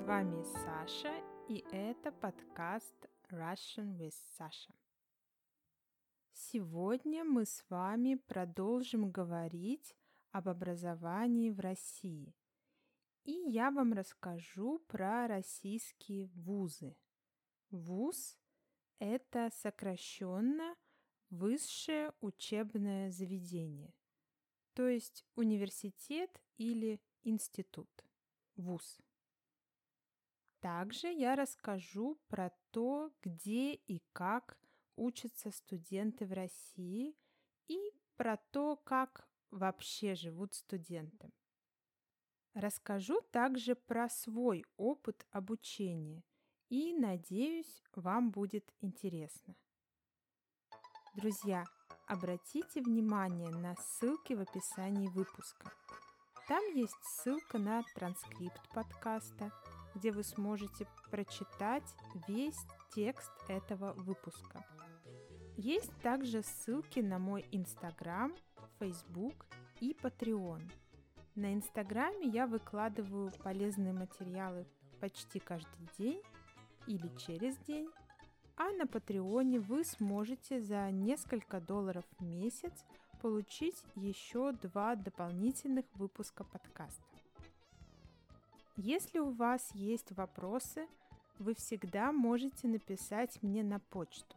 вами Саша, и это подкаст Russian with Sasha. Сегодня мы с вами продолжим говорить об образовании в России. И я вам расскажу про российские вузы. ВУЗ – это сокращенно высшее учебное заведение, то есть университет или институт. ВУЗ. Также я расскажу про то, где и как учатся студенты в России и про то, как вообще живут студенты. Расскажу также про свой опыт обучения и, надеюсь, вам будет интересно. Друзья, обратите внимание на ссылки в описании выпуска. Там есть ссылка на транскрипт подкаста, где вы сможете прочитать весь текст этого выпуска. Есть также ссылки на мой Инстаграм, Фейсбук и Patreon. На Инстаграме я выкладываю полезные материалы почти каждый день или через день, а на Патреоне вы сможете за несколько долларов в месяц получить еще 2 дополнительных выпуска подкаста. Если у вас есть вопросы, вы всегда можете написать мне на почту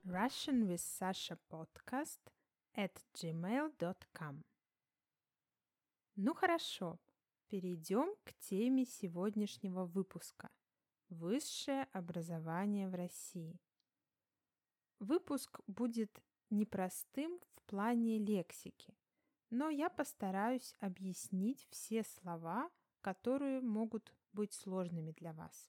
russianwithsashapodcast@gmail.com. Ну хорошо, перейдем к теме сегодняшнего выпуска – высшее образование в России. Выпуск будет непростым в плане лексики, но я постараюсь объяснить все слова, которые могут быть сложными для вас.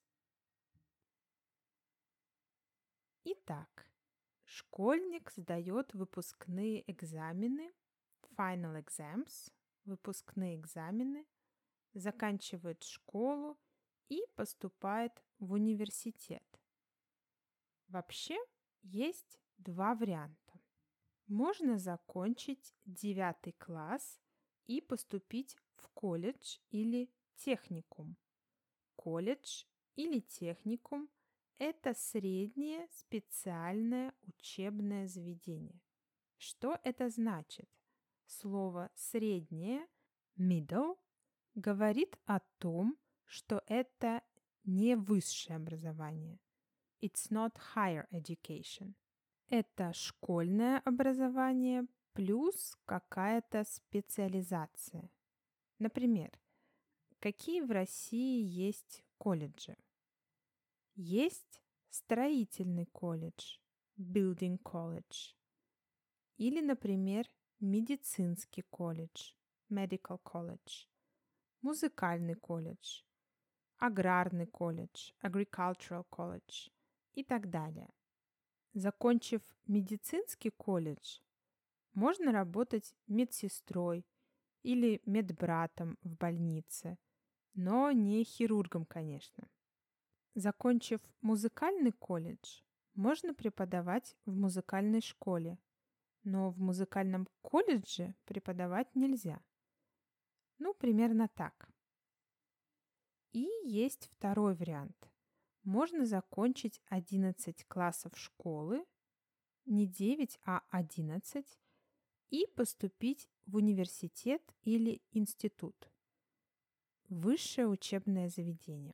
Итак, школьник сдает выпускные экзамены, final exams, выпускные экзамены, заканчивает школу и поступает в университет. Вообще есть 2 варианта. Можно закончить 9 класс и поступить в колледж или техникум. Колледж или техникум – это среднее специальное учебное заведение. Что это значит? Слово «среднее» middle говорит о том, что это не высшее образование. It's not higher education. Это школьное образование плюс какая-то специализация. Например, какие в России есть колледжи? Есть строительный колледж, building college. Или, например, медицинский колледж, medical college. Музыкальный колледж, аграрный колледж, agricultural college и так далее. Закончив медицинский колледж, можно работать медсестрой или медбратом в больнице, но не хирургом, конечно. Закончив музыкальный колледж, можно преподавать в музыкальной школе, но в музыкальном колледже преподавать нельзя. Ну, примерно так. И есть второй вариант. Можно закончить 11 классов школы, не 9, а 11, и поступить в университет или институт. Высшее учебное заведение.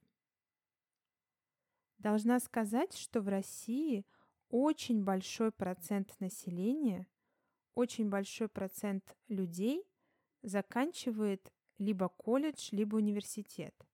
Должна сказать, что в России очень большой процент населения, очень большой процент людей заканчивает либо колледж, либо университет.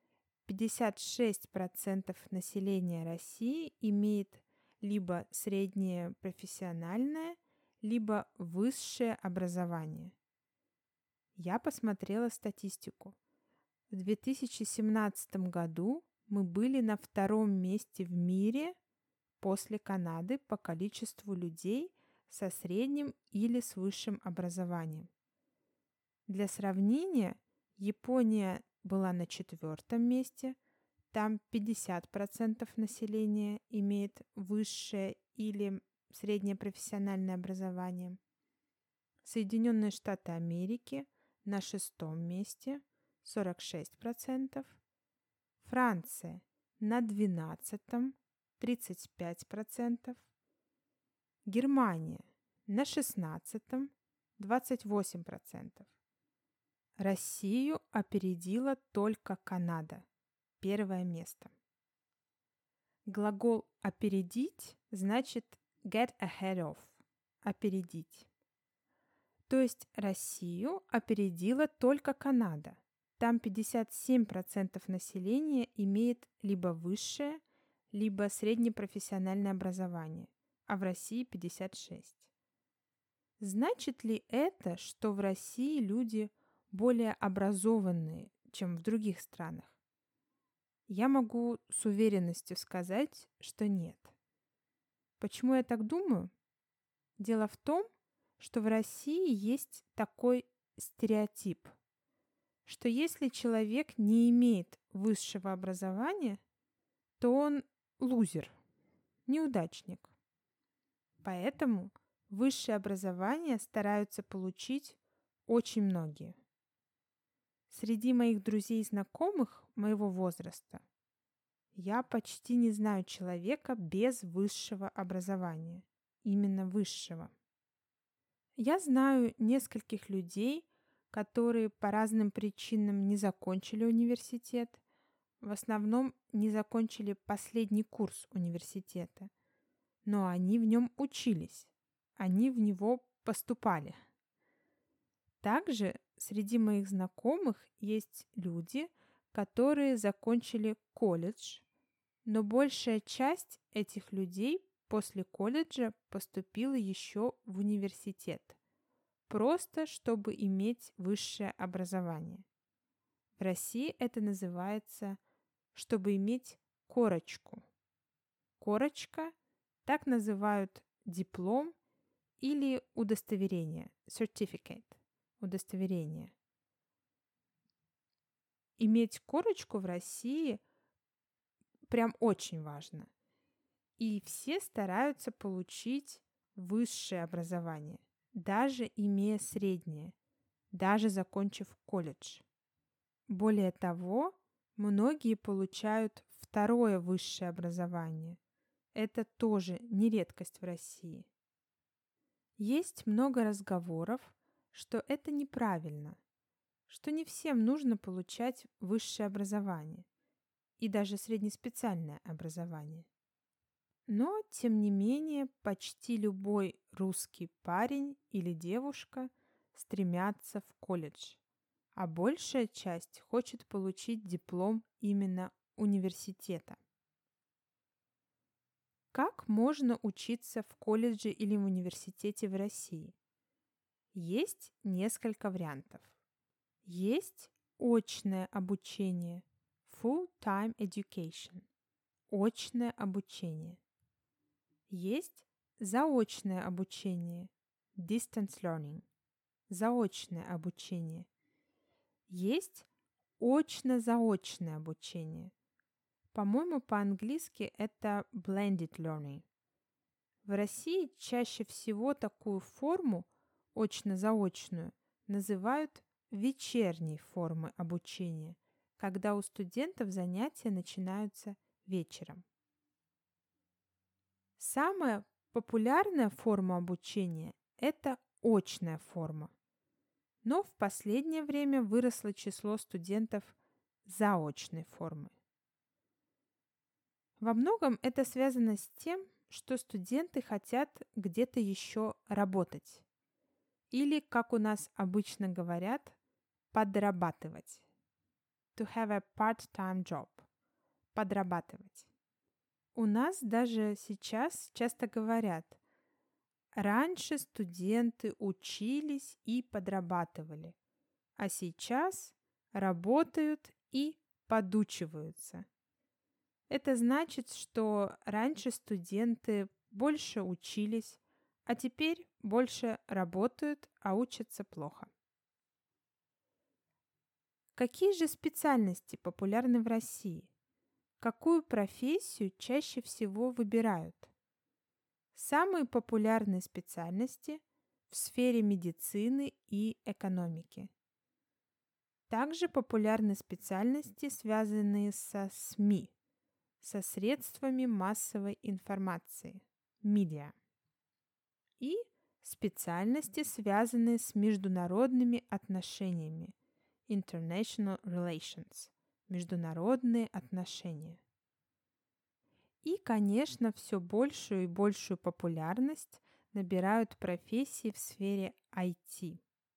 56% населения России имеет либо среднее профессиональное, либо высшее образование. Я посмотрела статистику. В 2017 году мы были на 2-м месте в мире после Канады по количеству людей со средним или с высшим образованием. Для сравнения, Япония была на 4-м месте, там 50% населения имеет высшее или среднее профессиональное образование. Соединенные Штаты Америки на 6-м месте, 46%. Франция на 12-м 35%, Германия на 16-м 28%. Россию опередила только Канада, первое место. Глагол «опередить» значит get ahead of – опередить. То есть Россию опередила только Канада. Там 57% населения имеет либо высшее, либо среднепрофессиональное образование, а в России 56%. Значит ли это, что в России люди более образованные, чем в других странах? Я могу с уверенностью сказать, что нет. Почему я так думаю? Дело в том, что в России есть такой стереотип, что если человек не имеет высшего образования, то он лузер, неудачник. Поэтому высшее образование стараются получить очень многие. Среди моих друзей и знакомых моего возраста я почти не знаю человека без высшего образования, именно высшего. Я знаю нескольких людей, которые по разным причинам не закончили университет, в основном не закончили последний курс университета, но они в нем учились, они в него поступали. Также среди моих знакомых есть люди, которые закончили колледж, но большая часть этих людей после колледжа поступила еще в университет, просто чтобы иметь высшее образование. В России это называется «чтобы иметь корочку». Корочка – так называют диплом или удостоверение, certificate, удостоверение. Иметь корочку в России прям очень важно. И все стараются получить высшее образование, даже имея среднее, даже закончив колледж. Более того, многие получают второе высшее образование. Это тоже не редкость в России. Есть много разговоров, что это неправильно, что не всем нужно получать высшее образование и даже среднеспециальное образование. Но, тем не менее, почти любой русский парень или девушка стремятся в колледж, а большая часть хочет получить диплом именно университета. Как можно учиться в колледже или в университете в России? Есть несколько вариантов. Есть очное обучение, full-time education, очное обучение. Есть заочное обучение, distance learning, заочное обучение. Есть очно-заочное обучение. По-моему, по-английски это blended learning. В России чаще всего такую форму, очно-заочную, называют вечерней формой обучения, когда у студентов занятия начинаются вечером. Самая популярная форма обучения – это очная форма. Но в последнее время выросло число студентов заочной формы. Во многом это связано с тем, что студенты хотят где-то еще работать. Или, как у нас обычно говорят, подрабатывать. To have a part-time job. Подрабатывать. У нас даже сейчас часто говорят, раньше студенты учились и подрабатывали, а сейчас работают и подучиваются. Это значит, что раньше студенты больше учились, а теперь больше работают, а учатся плохо. Какие же специальности популярны в России? Какую профессию чаще всего выбирают? Самые популярные специальности в сфере медицины и экономики. Также популярны специальности, связанные со СМИ, со средствами массовой информации, медиа, и специальности, связанные с международными отношениями, international relations, международные отношения. И, конечно, все большую и большую популярность набирают профессии в сфере IT.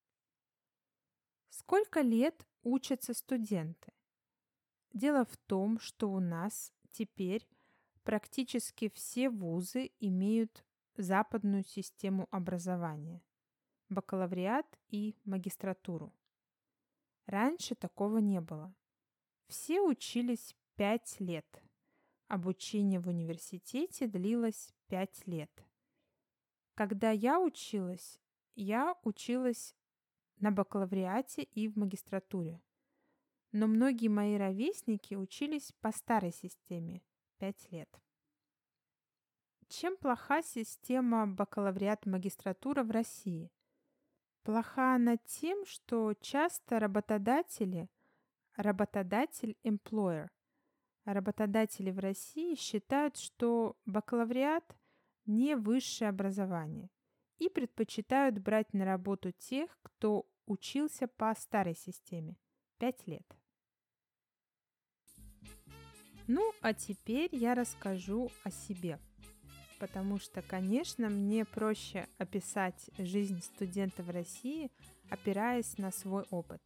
Сколько лет учатся студенты? Дело в том, что у нас теперь практически все вузы имеют западную систему образования, бакалавриат и магистратуру. Раньше такого не было. Все учились 5 лет. Обучение в университете длилось 5 лет. Когда я училась на бакалавриате и в магистратуре. Но многие мои ровесники учились по старой системе 5 лет. Чем плоха система бакалавриат-магистратура в России? Плоха она тем, что часто работодатель-employer, работодатели в России считают, что бакалавриат не высшее образование и предпочитают брать на работу тех, кто учился по старой системе 5 лет. Ну, а теперь я расскажу о себе, потому что, конечно, мне проще описать жизнь студента в России, опираясь на свой опыт.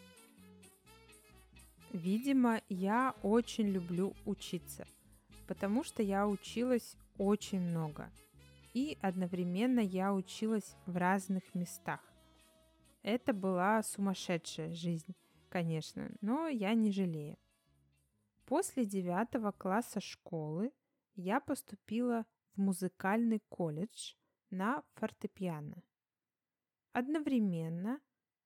Видимо, я очень люблю учиться, потому что я училась очень много. И одновременно я училась в разных местах. Это была сумасшедшая жизнь, конечно, но я не жалею. После 9 класса школы я поступила в музыкальный колледж на фортепиано. Одновременно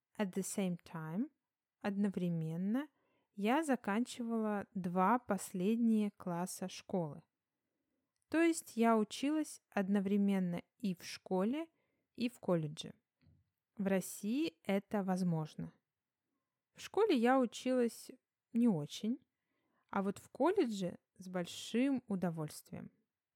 я заканчивала 2 последние класса школы. То есть я училась одновременно и в школе, и в колледже. В России это возможно. В школе я училась не очень, а вот в колледже с большим удовольствием.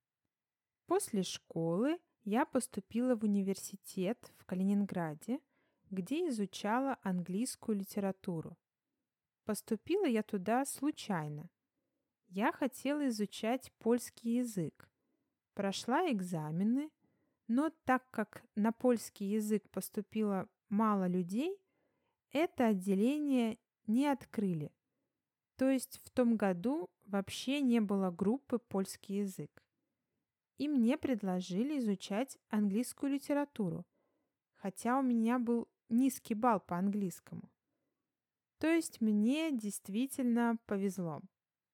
После школы я поступила в университет в Калининграде, где изучала английскую литературу. Поступила я туда случайно. Я хотела изучать польский язык. Прошла экзамены, но так как на польский язык поступило мало людей, это отделение не открыли. То есть в том году вообще не было группы польский язык. И мне предложили изучать английскую литературу, хотя у меня был низкий балл по английскому. То есть мне действительно повезло.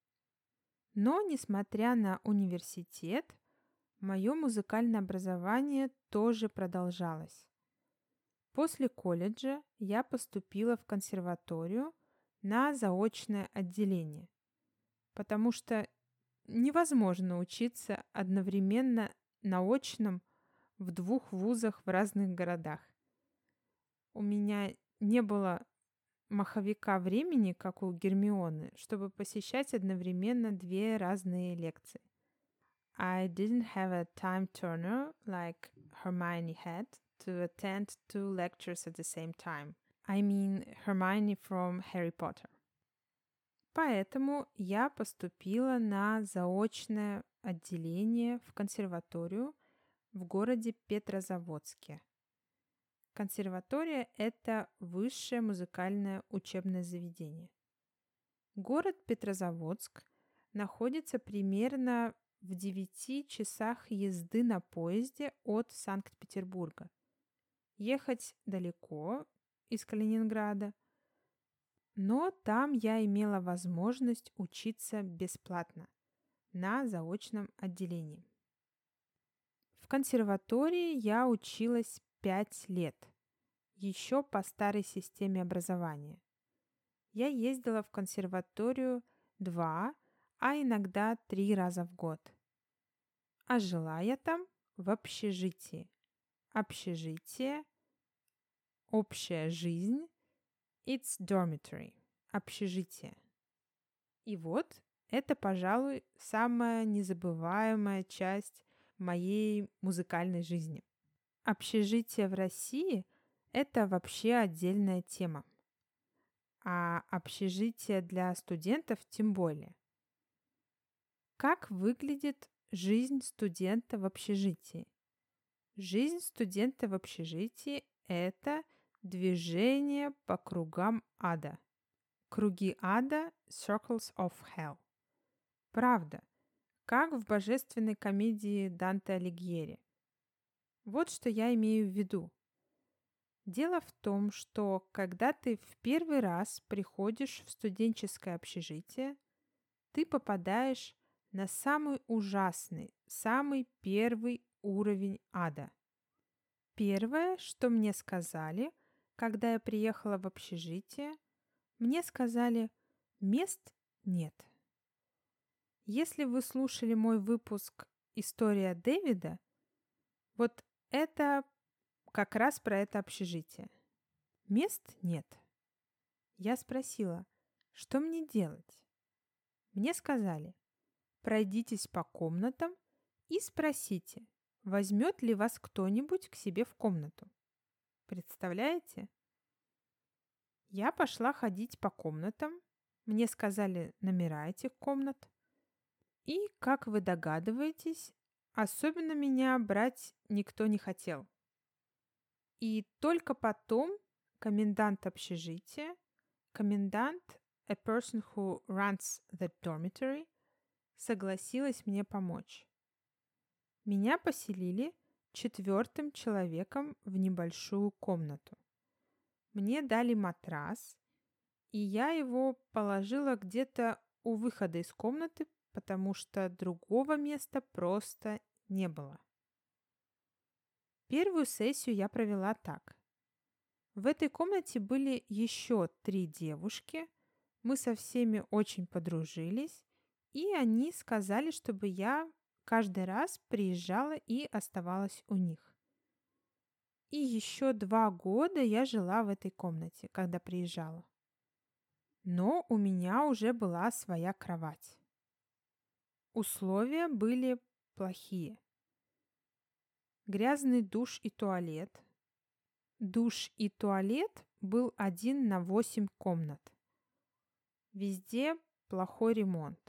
Но, несмотря на университет, мое музыкальное образование тоже продолжалось. После колледжа я поступила в консерваторию на заочное отделение, потому что невозможно учиться одновременно на очном в 2 вузах в разных городах. У меня не было маховика времени, как у Гермионы, чтобы посещать одновременно 2 разные лекции. I didn't have a time turner like Hermione had to attend 2 lectures at the same time. I mean Hermione from Harry Potter. Поэтому я поступила на заочное отделение в консерваторию в городе Петрозаводске. Консерватория – это высшее музыкальное учебное заведение. Город Петрозаводск находится примерно в 9 часах езды на поезде от Санкт-Петербурга. Ехать далеко из Калининграда, но там я имела возможность учиться бесплатно на заочном отделении. В консерватории я училась 5 лет, еще по старой системе образования. Я ездила в консерваторию 2, а иногда 3 раза в год. А жила я там в общежитии. Общежитие, общая жизнь It's dormitory, общежитие. И вот это, пожалуй, самая незабываемая часть моей музыкальной жизни. Общежитие в России– это вообще отдельная тема, а общежитие для студентов тем более. Как выглядит жизнь студента в общежитии? Жизнь студента в общежитии– это движение по кругам ада. Круги ада– Circles of Hell. Правда, как в божественной комедии Данте Алигьери. Вот что я имею в виду. Дело в том, что когда ты в первый раз приходишь в студенческое общежитие, ты попадаешь на самый ужасный, самый первый уровень ада. Первое, что мне сказали, когда я приехала в общежитие, мне сказали, мест нет. Если вы слушали мой выпуск «История Дэвида», вот это как раз про это общежитие. Мест нет. Я спросила, что мне делать? Мне сказали, пройдитесь по комнатам и спросите, возьмет ли вас кто-нибудь к себе в комнату. Представляете? Я пошла ходить по комнатам, мне сказали номера этих комнат. И, как вы догадываетесь, особенно меня брать никто не хотел. И только потом комендант общежития, комендант, a person who runs the dormitory, согласилась мне помочь. Меня поселили 4-м человеком в небольшую комнату. Мне дали матрас, и я его положила где-то у выхода из комнаты, потому что другого места просто не было. Первую сессию я провела так. В этой комнате были еще 3 девушки, мы со всеми очень подружились, и они сказали, чтобы я каждый раз приезжала и оставалась у них. И еще 2 года я жила в этой комнате, когда приезжала. Но у меня уже была своя кровать. Условия были плохие. Грязный душ и туалет. Душ и туалет был 1 на 8 комнат. Везде плохой ремонт.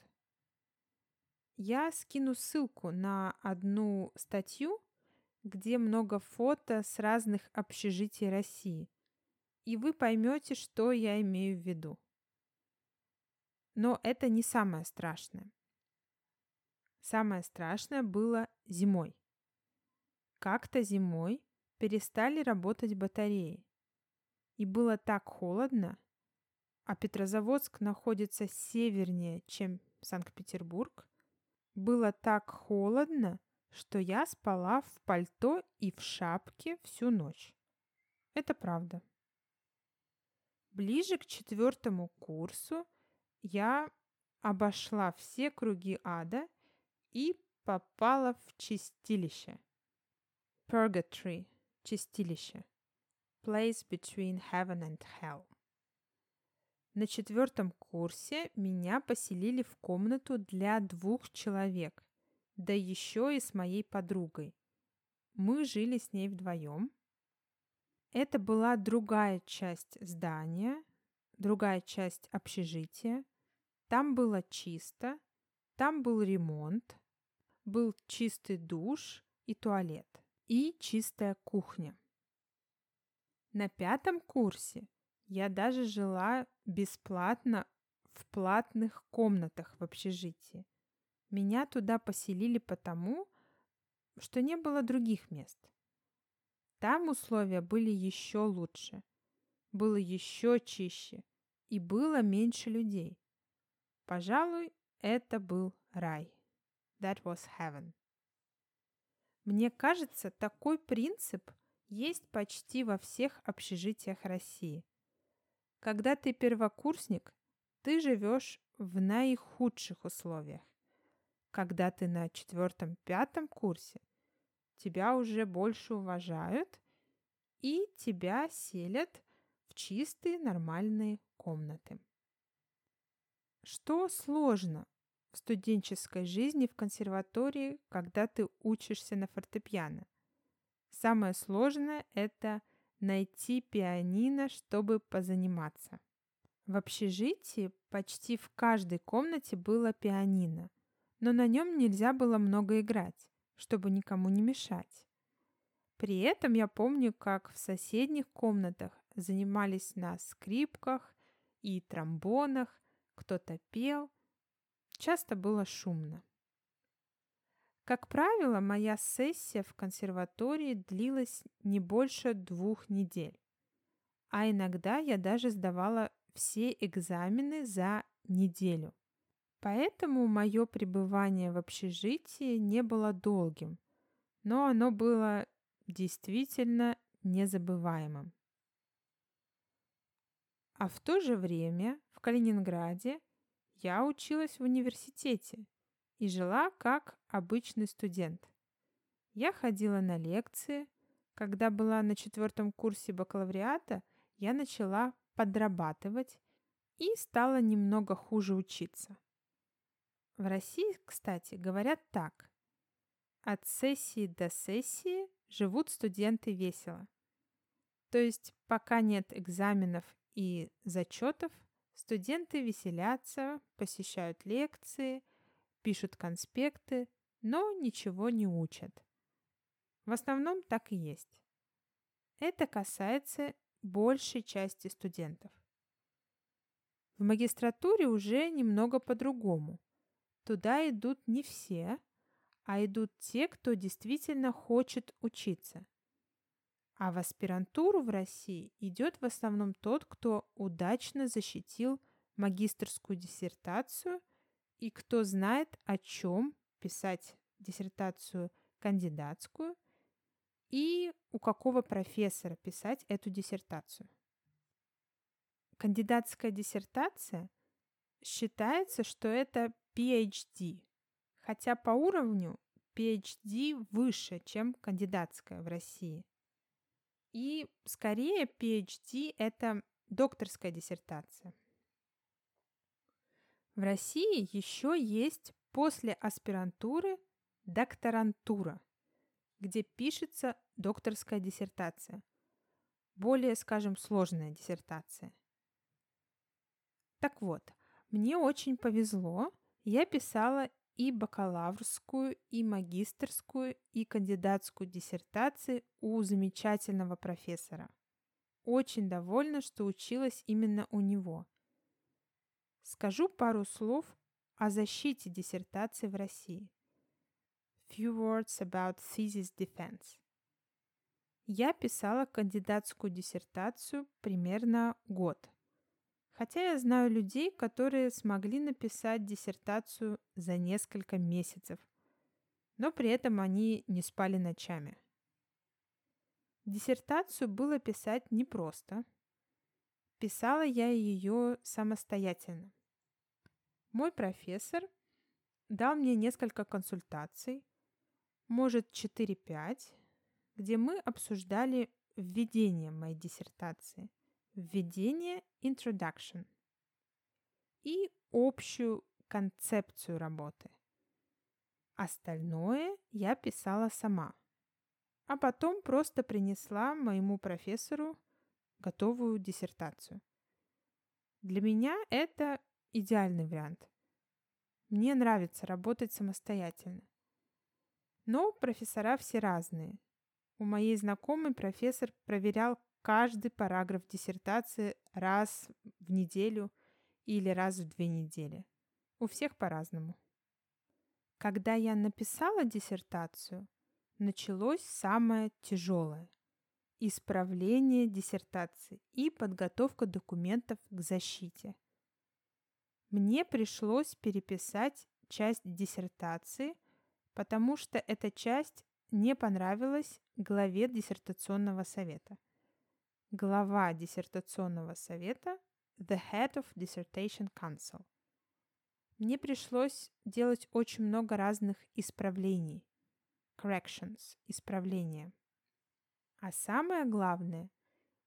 Я скину ссылку на одну статью, где много фото с разных общежитий России, и вы поймете, что я имею в виду. Но это не самое страшное. Самое страшное было зимой. Как-то зимой перестали работать батареи. И было так холодно, а Петрозаводск находится севернее, чем Санкт-Петербург. Было так холодно, что я спала в пальто и в шапке всю ночь. Это правда. Ближе к 4-му курсу я обошла все круги ада и попала в чистилище. Purgatory – чистилище. Place between heaven and hell. На 4-м курсе меня поселили в комнату для 2 человек, да еще и с моей подругой. Мы жили с ней вдвоем. Это была другая часть здания, другая часть общежития. Там было чисто, там был ремонт, был чистый душ и туалет, и чистая кухня. На 5-м курсе я даже жила бесплатно в платных комнатах в общежитии. Меня туда поселили потому, что не было других мест. Там условия были еще лучше, было еще чище и было меньше людей. Пожалуй, это был рай. That was heaven. Мне кажется, такой принцип есть почти во всех общежитиях России. Когда ты первокурсник, ты живешь в наихудших условиях. Когда ты на 4-5 курсе, тебя уже больше уважают и тебя селят в чистые, нормальные комнаты. Что сложно в студенческой жизни в консерватории, когда ты учишься на фортепиано? Самое сложное – это найти пианино, чтобы позаниматься. В общежитии почти в каждой комнате было пианино, но на нем нельзя было много играть, чтобы никому не мешать. При этом я помню, как в соседних комнатах занимались на скрипках и тромбонах, кто-то пел, часто было шумно. Как правило, моя сессия в консерватории длилась не больше 2 недель, а иногда я даже сдавала все экзамены за неделю. Поэтому мое пребывание в общежитии не было долгим, но оно было действительно незабываемым. А в то же время в Калининграде я училась в университете и жила как обычный студент. Я ходила на лекции. Когда была на 4 курсе бакалавриата, я начала подрабатывать и стала немного хуже учиться. В России, кстати, говорят так: от сессии до сессии живут студенты весело. То есть пока нет экзаменов и зачетов, студенты веселятся, посещают лекции, пишут конспекты, но ничего не учат. В основном так и есть. Это касается большей части студентов. В магистратуре уже немного по-другому. Туда идут не все, а идут те, кто действительно хочет учиться. А в аспирантуру в России идет в основном тот, кто удачно защитил магистерскую диссертацию и кто знает, о чем писать диссертацию кандидатскую и у какого профессора писать эту диссертацию. Кандидатская диссертация считается, что это PhD, хотя по уровню PhD выше, чем кандидатская в России. И скорее PhD – это докторская диссертация. В России еще есть после аспирантуры докторантура, где пишется докторская диссертация. Более, скажем, сложная диссертация. Так вот, мне очень повезло. Я писала и бакалаврскую, и магистерскую, и кандидатскую диссертации у замечательного профессора. Очень довольна, что училась именно у него. Скажу пару слов о защите диссертации в России. Few words about thesis defense. Я писала кандидатскую диссертацию примерно год. Хотя я знаю людей, которые смогли написать диссертацию за несколько месяцев, но при этом они не спали ночами. Диссертацию было писать непросто. Писала я ее самостоятельно. Мой профессор дал мне несколько консультаций, может 4-5, где мы обсуждали введение моей диссертации, введение introduction и общую концепцию работы. Остальное я писала сама, а потом просто принесла моему профессору готовую диссертацию. Для меня это идеальный вариант. Мне нравится работать самостоятельно. Но профессора все разные. У моей знакомой профессор проверял каждый параграф диссертации раз в неделю или раз в 2 недели. У всех по-разному. Когда я написала диссертацию, началось самое тяжелое – исправление диссертации и подготовка документов к защите. Мне пришлось переписать часть диссертации, потому что эта часть не понравилась главе диссертационного совета. Глава диссертационного совета – the head of dissertation council. Мне пришлось делать очень много разных исправлений. Corrections – исправления. А самое главное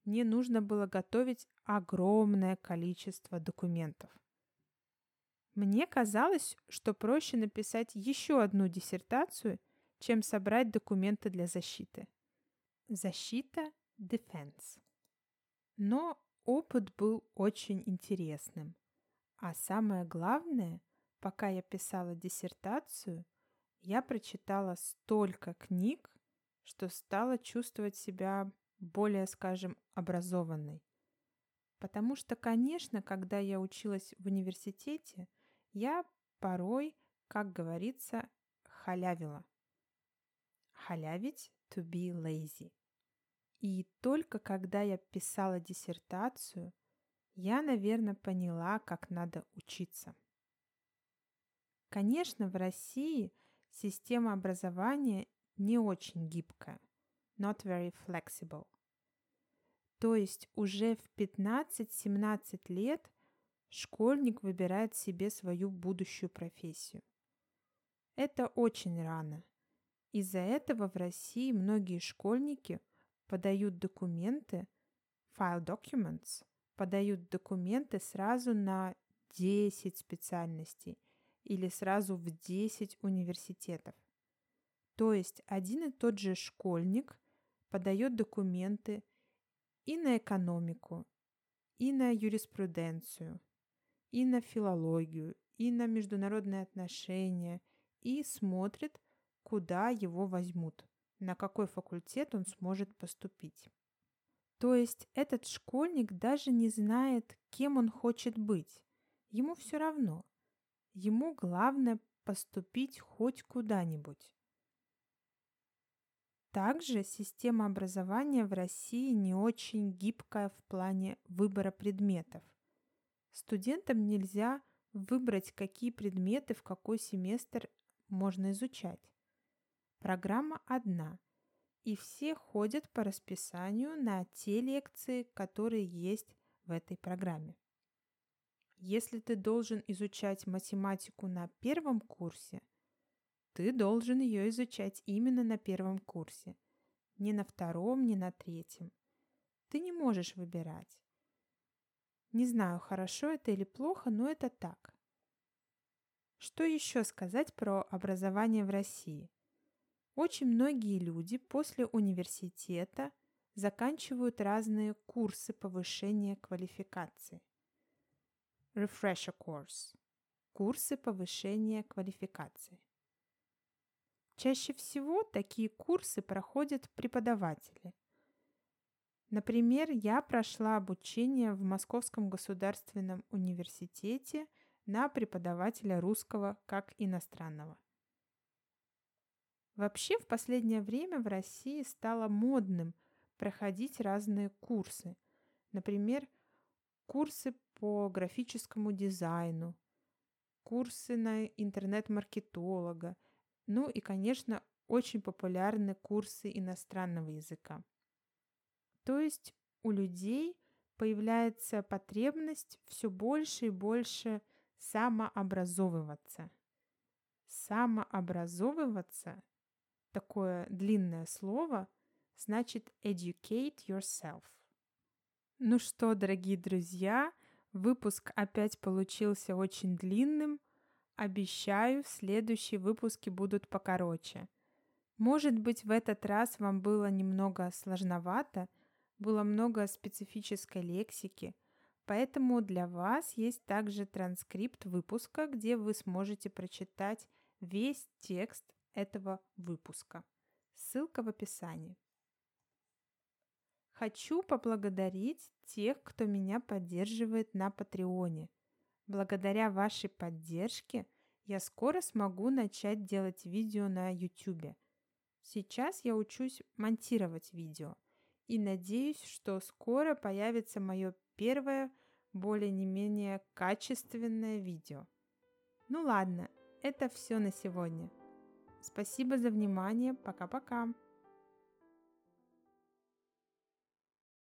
мне нужно было готовить огромное количество документов. Мне казалось, что проще написать еще одну диссертацию, чем собрать документы для защиты. Защита – defense. Но опыт был очень интересным. А самое главное, пока я писала диссертацию, я прочитала столько книг, что стала чувствовать себя более, скажем, образованной. Потому что, конечно, когда я училась в университете, я порой, как говорится, халявила. Халявить – to be lazy. И только когда я писала диссертацию, я, наверное, поняла, как надо учиться. Конечно, в России система образования не очень гибкая, not very flexible. То есть уже в 15-17 лет школьник выбирает себе свою будущую профессию. Это очень рано. Из-за этого в России многие школьники подают документы, file documents, подают документы сразу на 10 специальностей или сразу в 10 университетов. То есть один и тот же школьник подает документы и на экономику, и на юриспруденцию, и на филологию, и на международные отношения, и смотрит, куда его возьмут, на какой факультет он сможет поступить. То есть этот школьник даже не знает, кем он хочет быть. Ему все равно. Ему главное поступить хоть куда-нибудь. Также система образования в России не очень гибкая в плане выбора предметов. Студентам нельзя выбрать, какие предметы в какой семестр можно изучать. Программа одна, и все ходят по расписанию на те лекции, которые есть в этой программе. Если ты должен изучать математику на первом курсе, ты должен ее изучать именно на первом курсе, не на втором, не на третьем. Ты не можешь выбирать. Не знаю, хорошо это или плохо, но это так. Что еще сказать про образование в России? Очень многие люди после университета заканчивают разные курсы повышения квалификации. Refresher course. Курсы повышения квалификации. Чаще всего такие курсы проходят преподаватели. Например, я прошла обучение в Московском государственном университете на преподавателя русского как иностранного. Вообще, в последнее время в России стало модным проходить разные курсы. Например, курсы по графическому дизайну, курсы на интернет-маркетолога, ну и, конечно, очень популярны курсы иностранного языка. То есть у людей появляется потребность все больше и больше самообразовываться. Самообразовываться, такое длинное слово, значит educate yourself. Ну что, дорогие друзья, выпуск опять получился очень длинным. Обещаю, следующие выпуски будут покороче. Может быть, в этот раз вам было немного сложновато, было много специфической лексики, поэтому для вас есть также транскрипт выпуска, где вы сможете прочитать весь текст этого выпуска. Ссылка в описании. Хочу поблагодарить тех, кто меня поддерживает на Патреоне. Благодаря вашей поддержке я скоро смогу начать делать видео на YouTube. Сейчас я учусь монтировать видео и надеюсь, что скоро появится мое первое, более-не-менее качественное видео. Ну ладно, это все на сегодня. Спасибо за внимание. Пока-пока.